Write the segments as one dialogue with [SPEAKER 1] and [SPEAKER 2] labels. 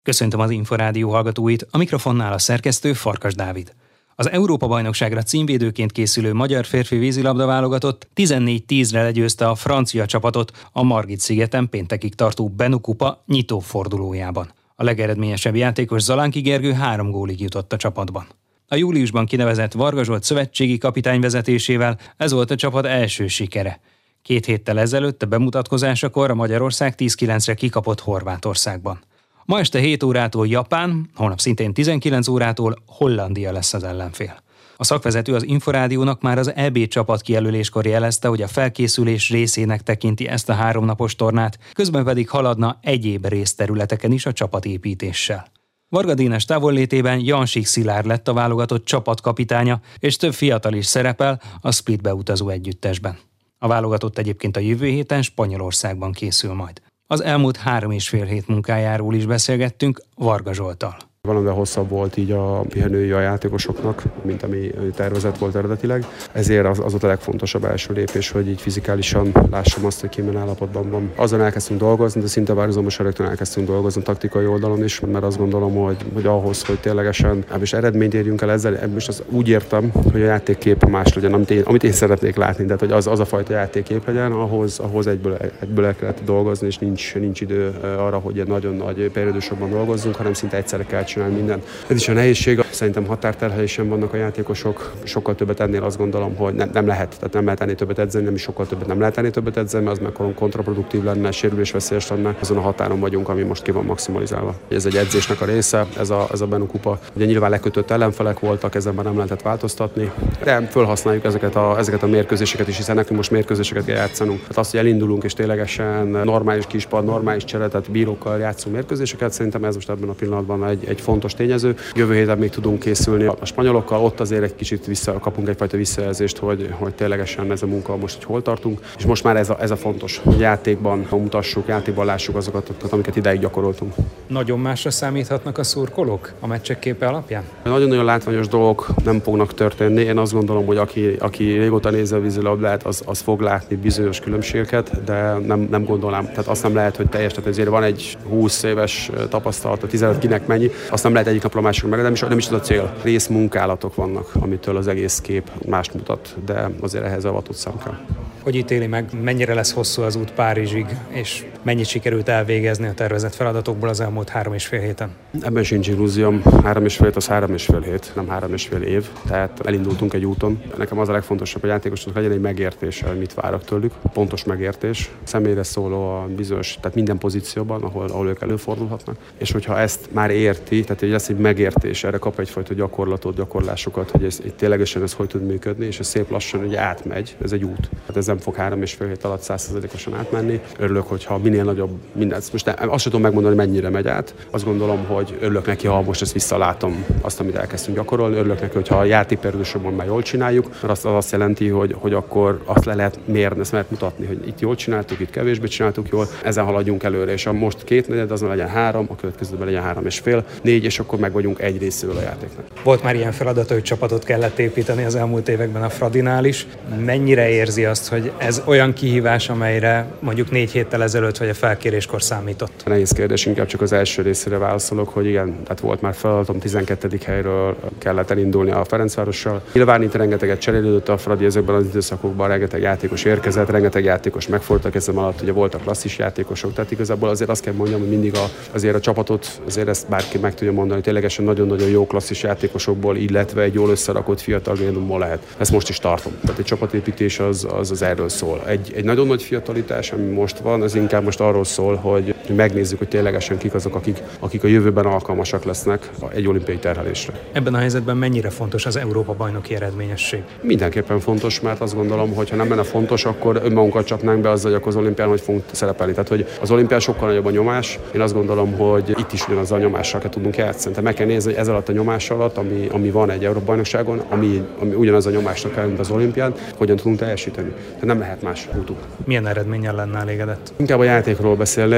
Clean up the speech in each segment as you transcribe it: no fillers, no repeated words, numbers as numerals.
[SPEAKER 1] Köszöntöm az Inforádió hallgatóit, a mikrofonnál a szerkesztő Farkas Dávid. Az Európa-bajnokságra címvédőként készülő magyar férfi vízilabda válogatott 14-10-re legyőzte a francia csapatot a Margit-szigeten péntekig tartó Benu kupa nyitófordulójában. A legeredményesebb játékos Zalánki Gergő 3 gólig jutott a csapatban. A júliusban kinevezett Varga Zsolt szövetségi kapitány vezetésével ez volt a csapat első sikere. 2 héttel ezelőtt a bemutatkozásakor a Magyarország 10-9-re kikapott Horvátországban. Ma este 7 órától Japán, holnap szintén 19 órától Hollandia lesz az ellenfél. A szakvezető az Inforádiónak már az EB csapat kijelöléskor jelezte, hogy a felkészülés részének tekinti ezt a 3 napos tornát, közben pedig haladna egyéb részterületeken is a csapatépítéssel. Varga Dénes távollétében Jansik Szilárd lett a válogatott csapatkapitánya, és több fiatal is szerepel a Splitbe utazó együttesben. A válogatott egyébként a jövő héten Spanyolországban készül majd. Az elmúlt 3,5 hét munkájáról is beszélgettünk Varga Zsolttal.
[SPEAKER 2] Valamivel hosszabb volt így a pihenője a játékosoknak, mint ami tervezett volt eredetileg. Ezért az volt a legfontosabb első lépés, hogy így fizikálisan lássam azt, hogy ki milyen állapotban van. Azon elkezdtünk dolgozni, de szinte párhuzamosan rögtön elkezdtünk dolgozni taktikai oldalon is, mert azt gondolom, hogy ahhoz, hogy ténylegesen és eredményt érjünk el ezzel, most azt úgy értem, hogy a játékkép más legyen, amit én szeretnék látni, tehát hogy az a fajta játékkép legyen, ahhoz egyből el kellett dolgozni, és nincs idő arra, hogy egy nagyon nagy periódusokban dolgozzunk, hanem szinte egyszerre kell csinálni mindent. Ez is a nehézség, szerintem határterhelésen vannak a játékosok, sokkal többet ennél azt gondolom, hogy nem lehet ennél többet edzeni, nem is sokkal többet nem lehet ennél többet edzeni, mert az meg kontraproduktív lenne, sérülésveszélyes lenne. Azon a határon vagyunk, ami most ki van maximalizálva. Ez egy edzésnek a része, ez a Benu kupa. Ugye nyilván lekötött ellenfelek voltak, ezen már nem lehetett változtatni, de felhasználjuk ezeket a mérkőzéseket is, hiszen nekünk most mérkőzéseket kell játszanunk. Hát azt, hogy elindulunk és ténylegesen normális kispad, normális csere, tehát bírókkal játszunk mérkőzéseket, szerintem ez most ebben a pillanatban egy fontos tényező. Jövő héten még tudunk készülni a spanyolokkal, ott azért egy kicsit kapunk egyfajta visszajelzést, hogy ténylegesen ez a munka most, hogy hol tartunk. És most már ez a fontos, hogy játékban mutassuk, játékban lássuk azokat, amiket ideig gyakoroltunk.
[SPEAKER 1] Nagyon másra számíthatnak a szurkolók a meccsek képe alapján?
[SPEAKER 2] Nagyon-nagyon látványos dolgok nem fognak történni. Én azt gondolom, hogy aki régóta nézi a vízilabdát, az fog látni bizonyos különbségeket, de nem gondolom. Tehát azt nem lehet, hogy teljes, tehát ezért van egy 20 éves tapasztalat, a 15 kinek mennyi, azt nem lehet egyik napról másikra meg, nem is az a cél. Részmunkálatok vannak, amitől az egész kép mást mutat, de azért ehhez avatott szám kell.
[SPEAKER 1] Hogy ítéli meg, mennyire lesz hosszú az út Párizsig, és mennyit sikerült elvégezni a tervezett feladatokból az elmúlt 3,5 héten?
[SPEAKER 2] Ebben sincs illúzióm. 3,5 hét az 3,5 hét, nem 3,5 év. Tehát elindultunk egy úton. Nekem az a legfontosabb, hogy a játékosnak legyen egy megértés, hogy mit várok tőlük. Pontos megértés. Személyre szóló a bizonyos, tehát minden pozícióban, ahol ők előfordulhatnak. És hogyha ezt már érti, tehát hogy lesz egy megértés, erre kap egyfajta gyakorlásokat, hogy ez ténylegesen ez hogy tud működni, és ez szép lassan hogy átmegy. Ez egy út. Hát ez nem fog 3,5 hét alatt 100%-osan átmenni. Örülök, hogyha minél nagyobb mindent. Most azt sem tudom megmondani, mennyire megy át. Azt gondolom, hogy örülök neki, ha most ezt visszalátom, azt, amit elkezdtünk gyakorolni. Örülök neki, hogyha a játékperiódusokban már jól csináljuk, mert az azt jelenti, hogy akkor azt le lehet mérni, ezt lehet mutatni, hogy itt jól csináltuk, itt kevésbé csináltuk jól, ezen haladjunk előre. És a most 2/4, az legyen 3, a következőben legyen 3,5, 4, és akkor meg vagyunk egy részéről a játéknak.
[SPEAKER 1] Volt már ilyen feladat, hogy csapatot kellett építeni az elmúlt években a Fradinál is. Mennyire érzi azt, hogy ez olyan kihívás, amelyre mondjuk 4 héttel ezelőtt vagy a felkéréskor számított?
[SPEAKER 2] Nehéz kérdés, inkább csak az első részére válaszolok, hogy igen, tehát volt már feladatom, 12. helyről kellett elindulni a Ferencvárossal. Nyilván itt rengeteget cserélődött a Fradi ezekben az időszakokban, rengeteg játékos érkezett, rengeteg játékos megfordult kezem alatt, ugye voltak klasszis játékosok, tehát igazából azért azt kell mondjam, hogy mindig azért a csapatot, azért ezt bárki meg tudja mondani, hogy ténylegesen nagyon-nagyon jó klasszis játékosokból, illetve egy jól összerakott fiatal génumból lehet. Ezt most is tartom. Tehát egy csapatépítés az erről szól. Egy nagyon nagy fiatalitás, ami most van, az inkább most arról szól, hogy megnézzük, hogy ténylegesen kik azok, akik a jövőben alkalmasak lesznek egy olimpiai terhelésre.
[SPEAKER 1] Ebben a helyzetben mennyire fontos az Európa-bajnoki eredményesség?
[SPEAKER 2] Mindenképpen fontos, mert azt gondolom, hogy ha nem lenne fontos, akkor önmagunkat csapnánk be azzal, hogy az olimpián hogy fogunk szerepelni. Tehát, hogy az olimpián sokkal nagyobb a nyomás. Én azt gondolom, hogy itt is ugyanazzal a nyomással kell tudnunk játszani. Tehát meg kell nézni, hogy ez alatt a nyomás alatt, ami van egy Európa-bajnokságon, ami ugyanaz a nyomásnak kell, mint az olimpián, hogyan tudunk teljesíteni. Tehát nem lehet más útunk.
[SPEAKER 1] Milyen eredménnyel lenne elégedett?
[SPEAKER 2] Inkább a játékról beszélnék, hogy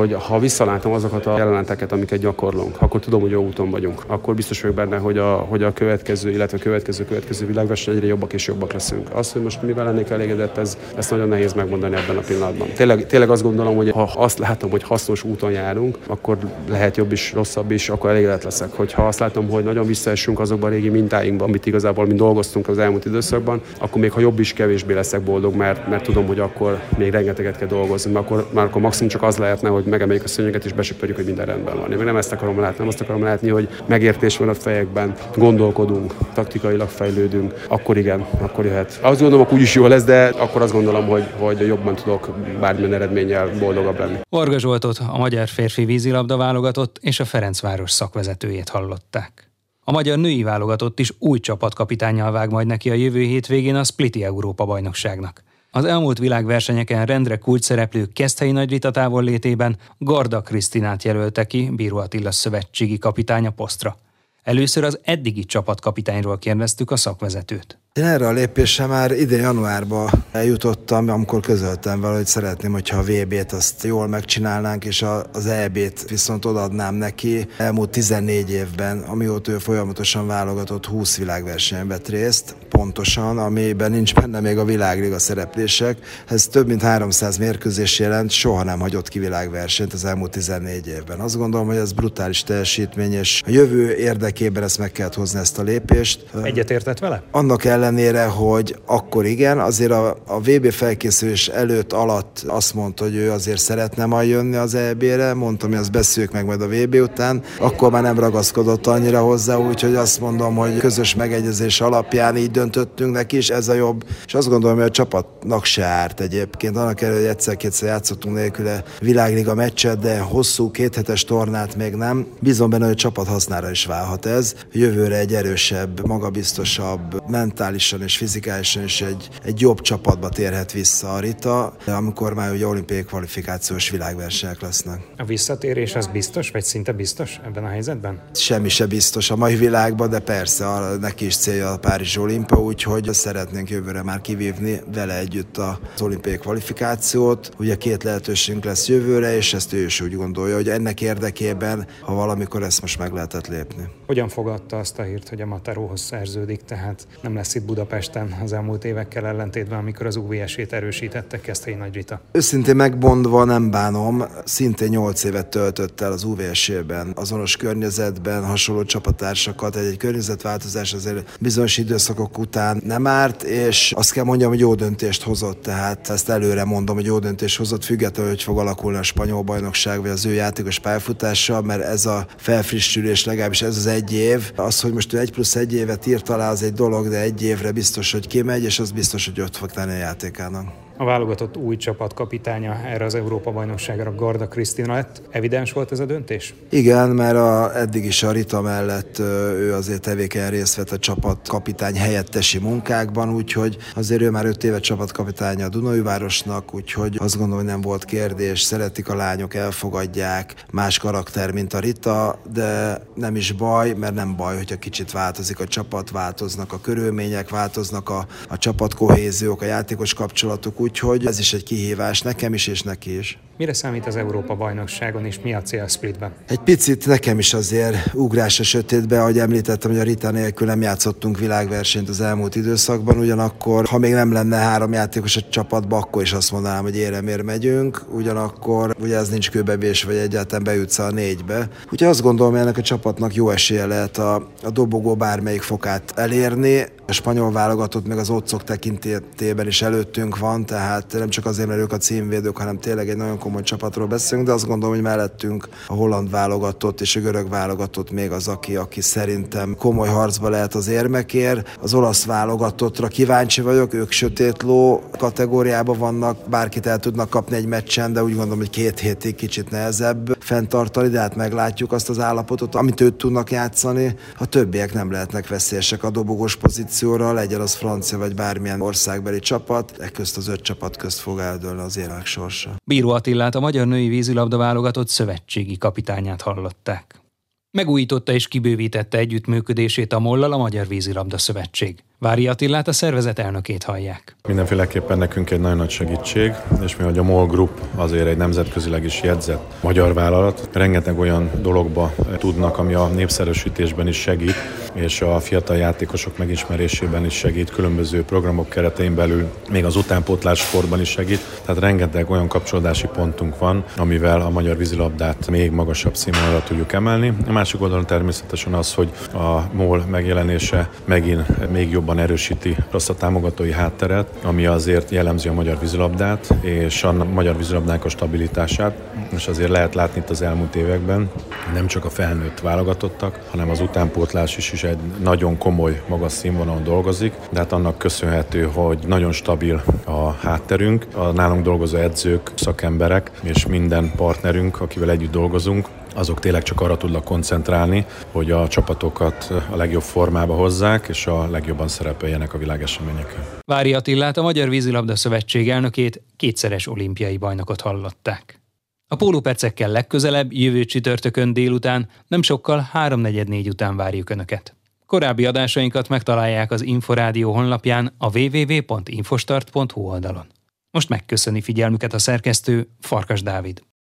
[SPEAKER 2] hogy ha visszalátom azokat a jeleneteket, amiket gyakorlunk, akkor tudom, hogy jó úton vagyunk. Akkor biztos vagyok benne, hogy a következő, illetve a következő világverseny egyre jobbak és jobbak leszünk. Azt, hogy most mivel lennék elégedett, ezt nagyon nehéz megmondani ebben a pillanatban. Tényleg azt gondolom, hogy ha azt látom, hogy hasznos úton járunk, akkor lehet jobb is, rosszabb is, akkor elégedett leszek. Hogyha azt látom, hogy nagyon visszaessünk azokban a régi mintáinkban, amit igazából mi dolgoztunk az elmúlt időszakban, akkor még ha jobb is, kevésbé leszek boldog, mert tudom, hogy akkor még rengeteget kell dolgozni, akkor maximum csak az lehetne, hogy megemeljük a szőnyeget és besöpörjük, hogy minden rendben van. Én még nem ezt akarom látni, nem azt akarom látni, hogy megértés van a fejekben, gondolkodunk, taktikailag fejlődünk, akkor igen, akkor jöhet. Azt gondolom, hogy úgyis jó lesz, de akkor azt gondolom, hogy jobban tudok bármilyen eredménnyel boldogabb lenni.
[SPEAKER 1] Varga Zsoltot, a magyar férfi vízilabda válogatott és a Ferencváros szakvezetőjét hallották. A magyar női válogatott is új csapatkapitánnyal vág majd neki a jövő hétvégén a Spliti Európa-bajnokságnak. Az elmúlt világversenyeken rendre kulcsszereplő Keszthelyi Nagy Rita távollétében Garda Krisztinát jelölte ki Bíró Attila szövetségi kapitány a posztra. Először az eddigi csapatkapitányról kérdeztük a szakvezetőt.
[SPEAKER 3] Én erre a lépésre már idén januárban eljutottam, amikor közöltem vele, hogy szeretném, hogyha a VB-t azt jól megcsinálnánk, és az EB-t viszont odaadnám neki. Elmúlt 14 évben, amióta ő folyamatosan válogatott 20 világversenyen vett részt, pontosan, amiben nincs benne még a világliga szereplések. Ez több mint 300 mérkőzés jelent, soha nem hagyott ki világversenyt az elmúlt 14 évben. Azt gondolom, hogy ez brutális teljesítmény, és a jövő érdekében ezt meg kell hozni, ezt a lépést.
[SPEAKER 1] Egyetértett vele?
[SPEAKER 3] Annak ellenére, hogy akkor igen, azért a VB felkészülés előtt alatt azt mondta, hogy ő azért szeretne majd jönni az EB-re, mondtam, hogy azt beszéljük meg majd a VB után, akkor már nem ragaszkodott annyira hozzá, úgyhogy azt mondom, hogy közös megegyezés alapján így döntöttünk neki is, ez a jobb, és azt gondolom, hogy a csapatnak se árt egyébként. Annak ellenére, hogy egyszer-kétszer játszottunk nélküle világliga meccset, de hosszú kéthetes tornát még nem. Bízom benne, hogy a csapat hasznára is válhat ez. Jövőre egy erősebb, magabiztosabb, mentálisan és fizikálisan is egy jobb csapatba térhet vissza a Rita, amikor már ugye olimpiai kvalifikációs világversenyek lesznek.
[SPEAKER 1] A visszatérés az biztos, vagy szinte biztos ebben a helyzetben?
[SPEAKER 3] Semmi se biztos a mai világban, de persze neki is célja a Párizsi olimpia, úgyhogy szeretnénk jövőre már kivívni vele együtt az olimpiai kvalifikációt. Ugye 2 lehetőségünk lesz jövőre, és ezt ő is úgy gondolja, hogy ennek érdekében, ha valamikor ezt most meg lehetett lépni.
[SPEAKER 1] Hogyan fogadta azt a hírt, hogy a Materóhoz szerződik, tehát nem lesz itt Budapesten az elmúlt évekkel ellentétben, amikor az UVS-ét erősítette Keszthelyi Nagy Rita?
[SPEAKER 3] Őszintén megmondva nem bánom, szintén 8 évet töltött el az UVS-ben, azonos környezetben, hasonló csapattársakat, egy környezetváltozás azért bizonyos időszakok után nem árt, és azt kell mondjam, hogy jó döntést hozott, tehát ezt előre mondom, hogy jó döntést hozott, függetlenül, hogy fog alakulni a spanyol bajnokság, vagy az ő játékos pályafutása, mert ez a felfrissülés, legalábbis ez az 1 év. Az, hogy most ő 1+1 évet írt alá, az egy dolog, de 1 évre biztos, hogy kimegy, és az biztos, hogy ott fog tenni a játékának.
[SPEAKER 1] A válogatott új csapatkapitánya erre az Európa-bajnokságra Garda Krisztina lett. Evidens volt ez a döntés?
[SPEAKER 3] Igen, mert eddig is a Rita mellett ő azért tevékenyen részt vett a csapatkapitány helyettesi munkákban, úgyhogy azért ő már 5 éve csapatkapitánya a Dunaújvárosnak, úgyhogy azt gondolom, hogy nem volt kérdés, szeretik a lányok, elfogadják, más karakter, mint a Rita, de nem is baj, mert nem baj, hogyha kicsit változik a csapat, változnak a körülmények, változnak a csapatkohéziók, a játékos kapcsolatok, úgyhogy ez is egy kihívás nekem is, és neki is.
[SPEAKER 1] Mire számít az Európa-bajnokságon, és mi a cél Splitben?
[SPEAKER 3] Egy picit nekem is azért ugrás a sötétbe, ahogy említettem, hogy a Rita nélkül nem játszottunk világversenyt az elmúlt időszakban, ugyanakkor, ha még nem lenne 3 játékos a csapatban, akkor is azt mondanám, hogy éremért megyünk, ugyanakkor ugye ez nincs kőbevés, vagy egyáltalán bejutsz a 4-be. Úgyhogy azt gondolom, hogy ennek a csapatnak jó esélye lehet a dobogó bármelyik fokát elérni. A spanyol válogatott meg az otcok tekintetében is előttünk van, tehát nem csak azért, mert ők a címvédők, hanem tényleg egy nagyon komoly csapatról beszélünk, de azt gondolom, hogy mellettünk a holland válogatott és a görög válogatott még az, aki szerintem komoly harcba lehet az érmekért. Az olasz válogatottra kíváncsi vagyok, ők sötét ló kategóriában vannak, bárkit el tudnak kapni egy meccsen, de úgy gondolom, hogy 2 hétig kicsit nehezebb fenntartani, de hát meglátjuk azt az állapotot, amit őt tudnak játszani. A többiek nem lehetnek veszélyesek a dobogós pozícióra, legyen az francia vagy bármilyen országbeli csapat, ekközt az 5 csapat közt fog eldőlni az érmek sorsa.
[SPEAKER 1] Bíró Attilát, a magyar női vízilabda válogatott szövetségi kapitányát hallották. Megújította és kibővítette együttműködését a MOL-lal a Magyar Vízilabda Szövetség. Vári Attilát, a szervezet elnökét hallják.
[SPEAKER 4] Mindenféleképpen nekünk egy nagyon nagy segítség, és mi, hogy a MOL Group azért egy nemzetközileg is jegyzett magyar vállalat, rengeteg olyan dologba tudnak, ami a népszerűsítésben is segít, és a fiatal játékosok megismerésében is segít, különböző programok keretein belül, még az utánpótlás sportban is segít. Tehát rengeteg olyan kapcsolódási pontunk van, amivel a magyar vízilabdát még magasabb színvonalra tudjuk emelni. A másik oldalon természetesen az, hogy a MOL megjelenése megint még jobban erősíti azt a támogatói hátteret, ami azért jellemzi a magyar vízilabdát, és a magyar vízilabdának a stabilitását. És azért lehet látni itt az elmúlt években, nem csak a felnőtt válogatottak, hanem az utánpótlás is egy nagyon komoly, magas színvonalon dolgozik, de hát annak köszönhető, hogy nagyon stabil a hátterünk, a nálunk dolgozó edzők, szakemberek és minden partnerünk, akivel együtt dolgozunk, azok tényleg csak arra tudnak koncentrálni, hogy a csapatokat a legjobb formába hozzák, és a legjobban szerepeljenek a világeseményeken.
[SPEAKER 1] Vári Attilát, a Magyar Vízilabda Szövetség elnökét, kétszeres olimpiai bajnokot hallották. A pólópercekkel legközelebb, jövő csütörtökön délután, nem sokkal 3:44 után várjuk Önöket. Korábbi adásainkat megtalálják az Inforádió honlapján, a www.infostart.hu oldalon. Most megköszöni figyelmüket a szerkesztő, Farkas Dávid.